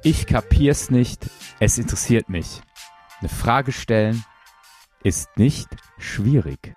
Ich kapier's nicht, es interessiert mich. Eine Frage stellen ist nicht schwierig.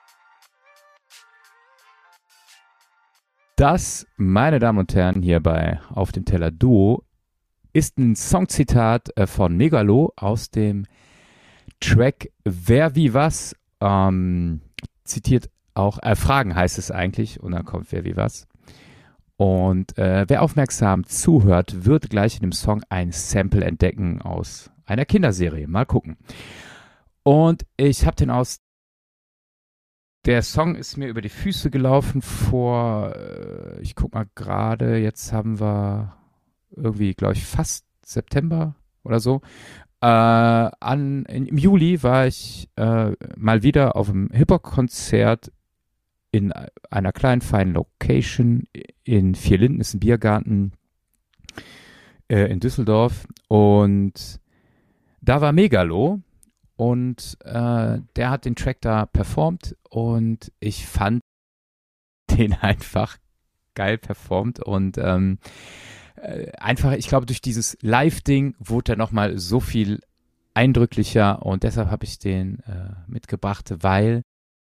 Das, meine Damen und Herren, hier bei Auf dem Teller Duo, ist ein Songzitat von Megalo aus dem Track Wer wie was. Zitiert auch, Fragen heißt es eigentlich, und dann kommt Wer wie was. Und wer aufmerksam zuhört, wird gleich in dem Song ein Sample entdecken aus einer Kinderserie. Mal gucken. Und ich habe den aus... Der Song ist mir über die Füße gelaufen vor, ich guck mal gerade, jetzt haben wir irgendwie, glaube ich, fast September oder so. Im Juli war ich mal wieder auf einem Hip-Hop-Konzert in einer kleinen, feinen Location in Vierlinden, ist ein Biergarten in Düsseldorf. Und da war Megalo. Und der hat den Track da performt und ich fand den einfach geil performt und einfach, ich glaube, durch dieses Live-Ding wurde er nochmal so viel eindrücklicher und deshalb habe ich den mitgebracht, weil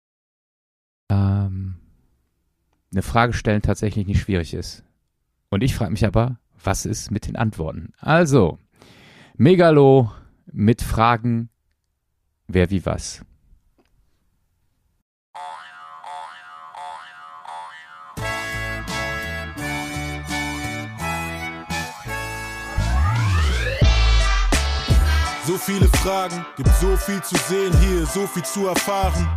eine Frage stellen tatsächlich nicht schwierig ist. Und ich frage mich aber, was ist mit den Antworten? Also, Megalo mit Fragen. Wer wie was. So viele Fragen, gibt so viel zu sehen hier, so viel zu erfahren.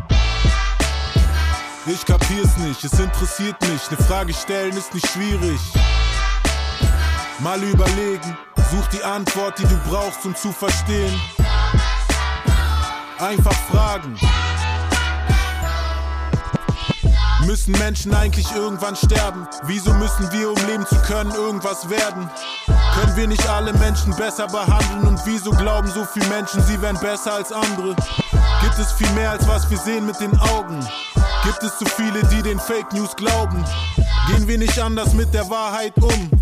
Ich kapier's nicht, es interessiert mich, eine Frage stellen ist nicht schwierig. Mal überlegen, such die Antwort, die du brauchst, um zu verstehen. Einfach fragen. Müssen Menschen eigentlich irgendwann sterben? Wieso müssen wir, um leben zu können, irgendwas werden? Können wir nicht alle Menschen besser behandeln? Und wieso glauben so viele Menschen, sie wären besser als andere? Gibt es viel mehr, als was wir sehen mit den Augen? Gibt es zu viele, die den Fake News glauben? Gehen wir nicht anders mit der Wahrheit um?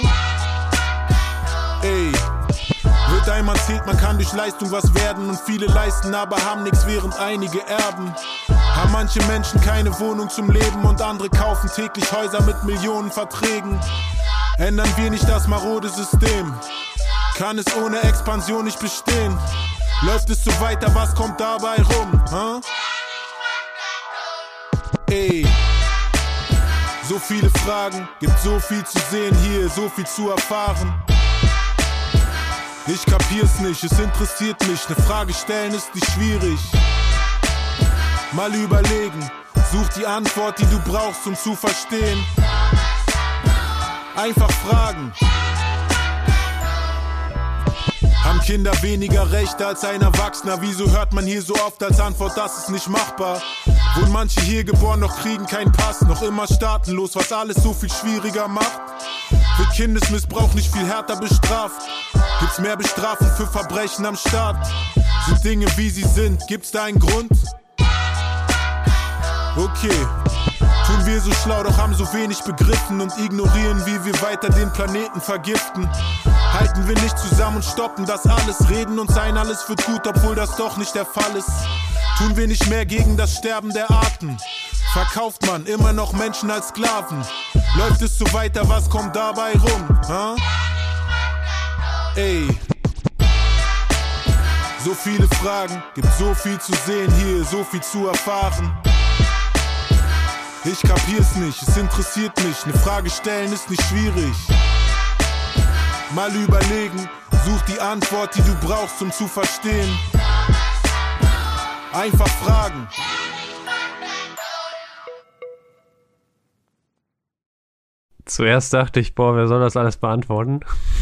Ey. Wird einem erzählt, man kann durch Leistung was werden und viele leisten, aber haben nichts, während einige erben. Haben manche Menschen keine Wohnung zum Leben und andere kaufen täglich Häuser mit Millionenverträgen. Ändern wir nicht das marode System? Kann es ohne Expansion nicht bestehen? Läuft es so weiter, was kommt dabei rum? Ey. So viele Fragen, gibt so viel zu sehen hier, so viel zu erfahren. Ich kapier's nicht, es interessiert mich, eine Frage stellen ist nicht schwierig. Mal überlegen, such die Antwort, die du brauchst, um zu verstehen. Einfach fragen. Haben Kinder weniger Rechte als ein Erwachsener? Wieso hört man hier so oft als Antwort, das ist nicht machbar? Wurden manche hier geboren, doch kriegen keinen Pass, noch immer staatenlos, was alles so viel schwieriger macht? Wird Kindesmissbrauch nicht viel härter bestraft? Gibt's mehr Bestrafung für Verbrechen am Staat? Sind Dinge wie sie sind, gibt's da einen Grund? Okay, tun wir so schlau, doch haben so wenig begriffen und ignorieren, wie wir weiter den Planeten vergiften. Halten wir nicht zusammen und stoppen das alles, reden uns ein, alles wird gut, obwohl das doch nicht der Fall ist. Tun wir nicht mehr gegen das Sterben der Arten? Verkauft man immer noch Menschen als Sklaven? Läuft es so weiter, was kommt dabei rum? Ey. So viele Fragen, gibt so viel zu sehen hier, so viel zu erfahren. Ich kapier's nicht, es interessiert mich, eine Frage stellen ist nicht schwierig. Mal überlegen, such die Antwort, die du brauchst, um zu verstehen. Einfach fragen. Zuerst dachte ich, wer soll das alles beantworten?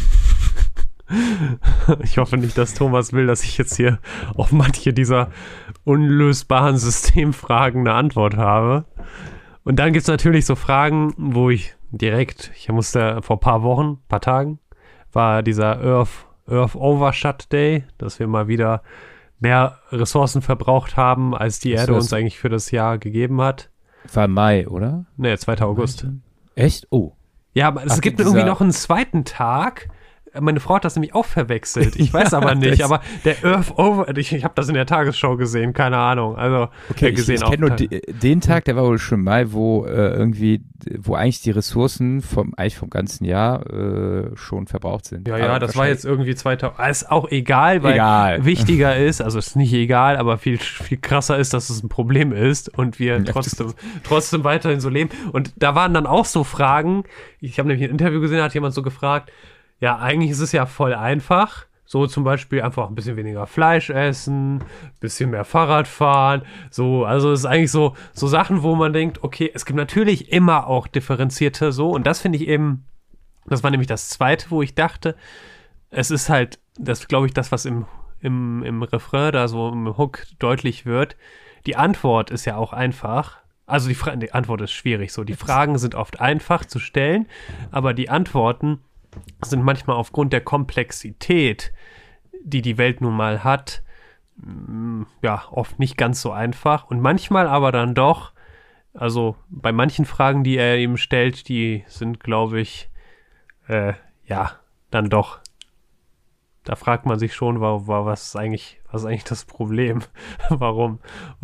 Ich hoffe nicht, dass Thomas will, dass ich jetzt hier auf manche dieser unlösbaren Systemfragen eine Antwort habe. Und dann gibt es natürlich so Fragen, wo ich musste vor ein paar Tagen, war dieser Earth Overshot Day, dass wir mal wieder mehr Ressourcen verbraucht haben, als die Erde uns eigentlich für das Jahr gegeben hat. War Mai, oder? Ne, 2. August. Echt? Oh. Ja, aber es gibt irgendwie noch einen zweiten Tag, Meine Frau hat das nämlich auch verwechselt. Ich weiß aber nicht, aber der Earth Over, ich habe das in der Tagesschau gesehen, keine Ahnung. Also, okay, ich kenne nur den Tag, der war wohl schon mal, wo wo eigentlich die Ressourcen vom ganzen Jahr schon verbraucht sind. Ja, das war jetzt irgendwie 2000. Ist auch egal, weil wichtiger ist, also ist nicht egal, aber viel, viel krasser ist, dass es ein Problem ist und wir trotzdem weiterhin so leben. Und da waren dann auch so Fragen, ich habe nämlich ein Interview gesehen, da hat jemand so gefragt, ja, eigentlich ist es ja voll einfach. So zum Beispiel einfach ein bisschen weniger Fleisch essen, ein bisschen mehr Fahrrad fahren. So, also es ist eigentlich so Sachen, wo man denkt, okay, es gibt natürlich immer auch differenzierte so. Und das finde ich eben, das war nämlich das Zweite, wo ich dachte, es ist halt, das glaube ich, das, was im Refrain da so im Hook deutlich wird. Die Antwort ist ja auch einfach. Also die Antwort ist schwierig so. Die Fragen sind oft einfach zu stellen, aber die Antworten sind manchmal aufgrund der Komplexität, die die Welt nun mal hat, ja, oft nicht ganz so einfach und manchmal aber dann doch, also bei manchen Fragen, die er eben stellt, die sind, glaube ich, ja, dann doch, da fragt man sich schon, was ist eigentlich das Problem? Warum,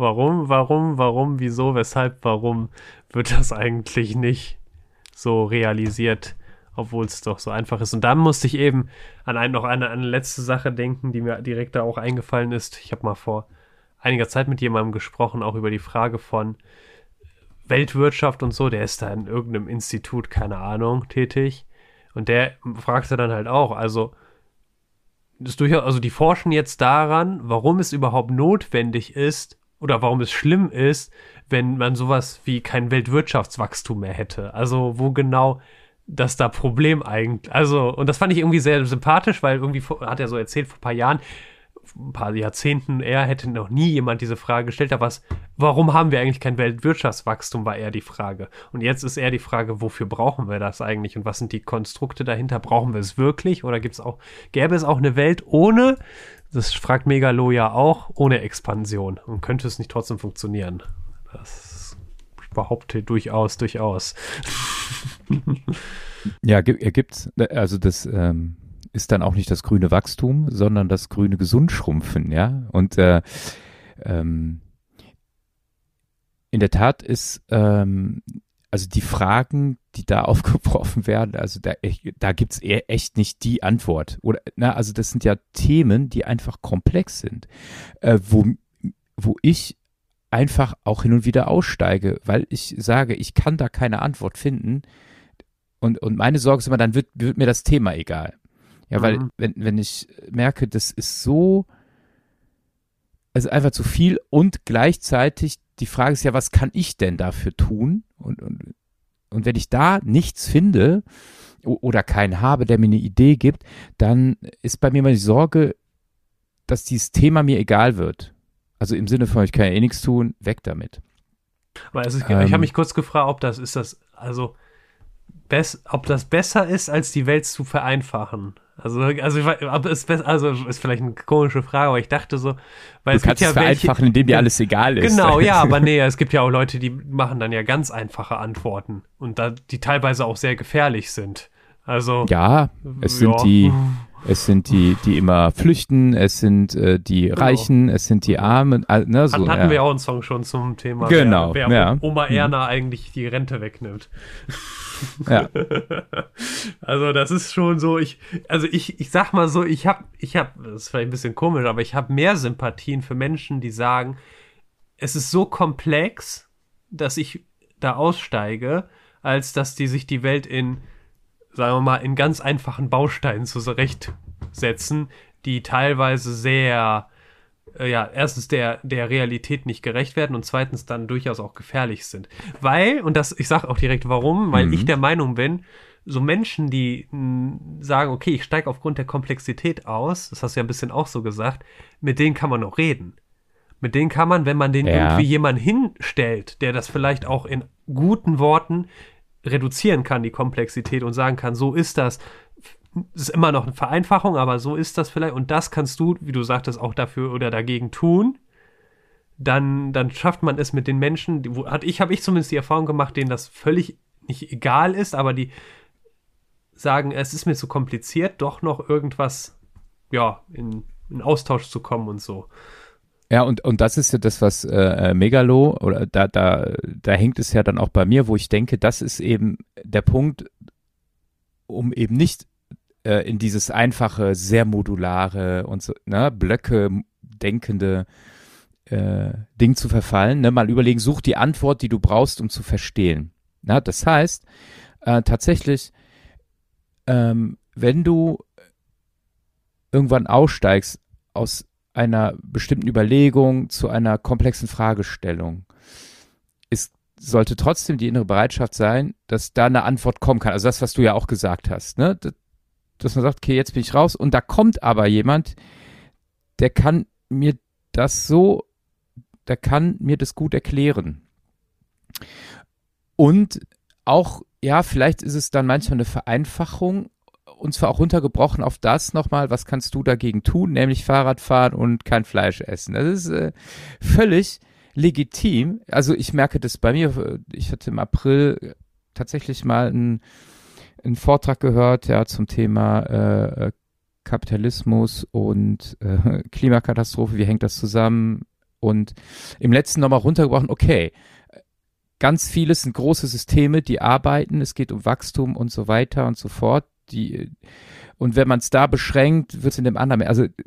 wieso, weshalb, warum wird das eigentlich nicht so realisiert, obwohl es doch so einfach ist. Und dann musste ich eben an eine letzte Sache denken, die mir direkt da auch eingefallen ist. Ich habe mal vor einiger Zeit mit jemandem gesprochen, auch über die Frage von Weltwirtschaft und so. Der ist da in irgendeinem Institut, keine Ahnung, tätig. Und der fragte dann halt auch, also ist durchaus, also die forschen jetzt daran, warum es überhaupt notwendig ist oder warum es schlimm ist, wenn man sowas wie kein Weltwirtschaftswachstum mehr hätte. Also wo genau das da Problem eigentlich, also, und das fand ich irgendwie sehr sympathisch, weil irgendwie hat er so erzählt, vor ein paar Jahrzehnten hätte noch nie jemand diese Frage gestellt, aber warum haben wir eigentlich kein Weltwirtschaftswachstum, war eher die Frage. Und jetzt ist eher die Frage, wofür brauchen wir das eigentlich und was sind die Konstrukte dahinter? Brauchen wir es wirklich oder gäbe es auch eine Welt ohne, das fragt Megalo ja auch, ohne Expansion und könnte es nicht trotzdem funktionieren? Das behaupte durchaus. Ja, gibt's, also das ist dann auch nicht das grüne Wachstum, sondern das grüne Gesundschrumpfen, ja. Und in der Tat ist also die Fragen, die da aufgeworfen werden, also da gibt's echt nicht die Antwort. Oder, also das sind ja Themen, die einfach komplex sind, wo ich einfach auch hin und wieder aussteige, weil ich sage, ich kann da keine Antwort finden. Und meine Sorge ist immer, dann wird mir das Thema egal. Ja, weil wenn ich merke, das ist so, also einfach zu viel und gleichzeitig die Frage ist ja, was kann ich denn dafür tun? Und wenn ich da nichts finde oder keinen habe, der mir eine Idee gibt, dann ist bei mir mal die Sorge, dass dieses Thema mir egal wird. Also im Sinne von, ich kann ja eh nichts tun, weg damit. Aber ich habe mich kurz gefragt, ob das besser ist, als die Welt zu vereinfachen. Also ist vielleicht eine komische Frage, aber ich dachte so, weil es gibt ja vereinfachen, indem dir alles egal ist. Genau, ja, aber nee, es gibt ja auch Leute, die machen dann ja ganz einfache Antworten und die teilweise auch sehr gefährlich sind. Also ja, es sind die immer flüchten, es sind die Reichen, es sind die Armen. Ne, so, hatten wir auch einen Song schon zum Thema, genau, wer Oma Erna eigentlich die Rente wegnimmt. Ja. Also das ist schon so, ich sag mal so, ich hab, das ist vielleicht ein bisschen komisch, aber ich habe mehr Sympathien für Menschen, die sagen, es ist so komplex, dass ich da aussteige, als dass die sich die Welt in, sagen wir mal, in ganz einfachen Bausteinen zurechtsetzen, die teilweise sehr, erstens der Realität nicht gerecht werden und zweitens dann durchaus auch gefährlich sind. Weil, und ich sage auch direkt warum, weil ich der Meinung bin, so Menschen, die sagen, okay, ich steige aufgrund der Komplexität aus, das hast du ja ein bisschen auch so gesagt, mit denen kann man noch reden. Mit denen kann man, wenn man den irgendwie jemanden hinstellt, der das vielleicht auch in guten Worten reduzieren kann, die Komplexität und sagen kann, so ist das. Das ist immer noch eine Vereinfachung, aber so ist das vielleicht und das kannst du, wie du sagtest, auch dafür oder dagegen tun. Dann schafft man es mit den Menschen, habe ich zumindest die Erfahrung gemacht, denen das völlig nicht egal ist, aber die sagen, es ist mir zu kompliziert, doch noch irgendwas, ja, in Austausch zu kommen und so. Ja, und das ist ja das, was Megalo, oder da hängt es ja dann auch bei mir, wo ich denke, das ist eben der Punkt, um eben nicht in dieses einfache, sehr modulare und so, ne, Blöcke denkende Ding zu verfallen, ne, mal überlegen, such die Antwort, die du brauchst, um zu verstehen. Na, das heißt, tatsächlich, wenn du irgendwann aussteigst aus einer bestimmten Überlegung zu einer komplexen Fragestellung, sollte trotzdem die innere Bereitschaft sein, dass da eine Antwort kommen kann. Also das, was du ja auch gesagt hast, ne? Dass man sagt, okay, jetzt bin ich raus, und da kommt aber jemand, der kann mir das gut erklären. Und auch, ja, vielleicht ist es dann manchmal eine Vereinfachung, und zwar auch runtergebrochen auf das nochmal, was kannst du dagegen tun, nämlich Fahrrad fahren und kein Fleisch essen. Das ist völlig legitim. Also ich merke das bei mir. Ich hatte im April tatsächlich mal einen Vortrag gehört, ja, zum Thema Kapitalismus und Klimakatastrophe. Wie hängt das zusammen? Und im letzten nochmal runtergebrochen, okay, ganz vieles sind große Systeme, die arbeiten, es geht um Wachstum und so weiter und so fort. Und wenn man es da beschränkt, wird es in dem anderen,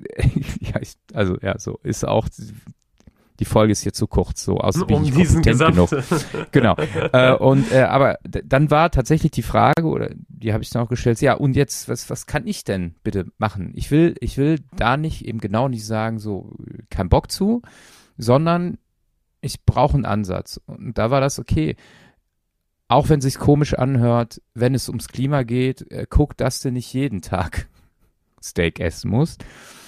so ist auch, die Folge ist hier zu kurz, so aus um diesen genug. Genau. Aber dann war tatsächlich die Frage, oder die habe ich dann auch gestellt, ja, und jetzt, was kann ich denn bitte machen? Ich will da nicht eben genau nicht sagen, so, kein Bock zu, sondern ich brauche einen Ansatz. Und da war das okay. Auch wenn es sich komisch anhört, wenn es ums Klima geht, guck, dass du nicht jeden Tag Steak essen musst.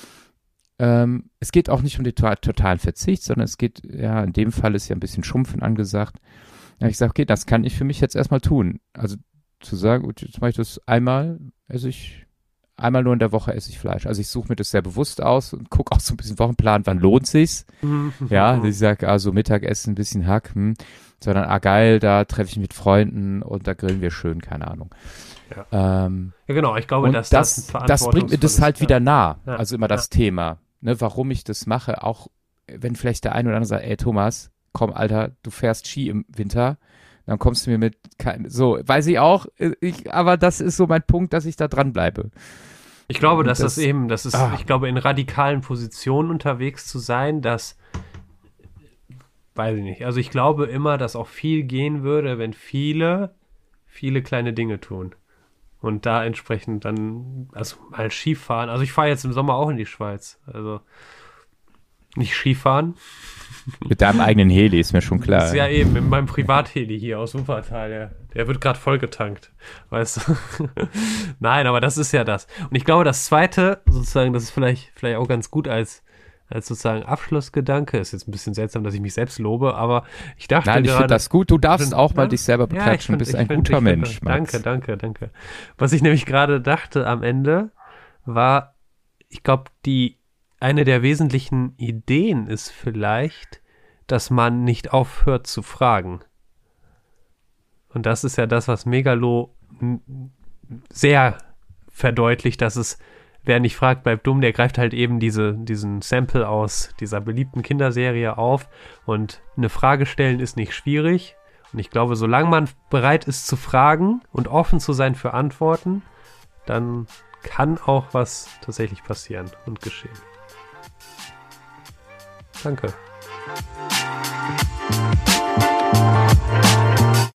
Es geht auch nicht um den totalen Verzicht, sondern es geht, ja, in dem Fall ist ja ein bisschen Schrumpfen angesagt. Ja, ich sage, okay, das kann ich für mich jetzt erstmal tun. Also zu sagen, gut, jetzt mache ich das einmal nur in der Woche esse ich Fleisch. Also ich suche mir das sehr bewusst aus und gucke auch so ein bisschen Wochenplan, wann lohnt sich's. Ja, ich sage, also Mittagessen, ein bisschen Hack, sondern, geil, da treffe ich mich mit Freunden und da grillen wir schön, keine Ahnung. Ja, genau, ich glaube, dass das bringt mir das halt wieder nah, ja. Also immer das Thema, ne, warum ich das mache, auch wenn vielleicht der eine oder andere sagt, ey Thomas, komm Alter, du fährst Ski im Winter, dann kommst du mir mit, so, weiß ich auch, aber das ist so mein Punkt, dass ich da dranbleibe. Ich glaube, ich glaube, in radikalen Positionen unterwegs zu sein, das weiß ich nicht. Also ich glaube immer, dass auch viel gehen würde, wenn viele, viele kleine Dinge tun. Und da entsprechend dann, also mal Skifahren. Also ich fahre jetzt im Sommer auch in die Schweiz. Also nicht Skifahren. Mit deinem eigenen Heli, ist mir schon klar. Das ist ja eben, mit meinem Privatheli hier aus Wuppertal. Der wird gerade vollgetankt. Weißt du? Nein, aber das ist ja das. Und ich glaube, das Zweite, sozusagen, das ist vielleicht auch ganz gut als sozusagen Abschlussgedanke. Ist jetzt ein bisschen seltsam, dass ich mich selbst lobe, aber ich dachte Nein, ich finde das gut. Du darfst auch mal dich selber beklatschen. Du bist ein guter Mensch, Max. Danke. Was ich nämlich gerade dachte am Ende war, ich glaube, eine der wesentlichen Ideen ist vielleicht, dass man nicht aufhört zu fragen. Und das ist ja das, was Megalo sehr verdeutlicht, dass es, wer nicht fragt, bleibt dumm, der greift halt eben diesen Sample aus dieser beliebten Kinderserie auf, und eine Frage stellen ist nicht schwierig, und ich glaube, solange man bereit ist zu fragen und offen zu sein für Antworten, dann kann auch was tatsächlich passieren und geschehen. Danke.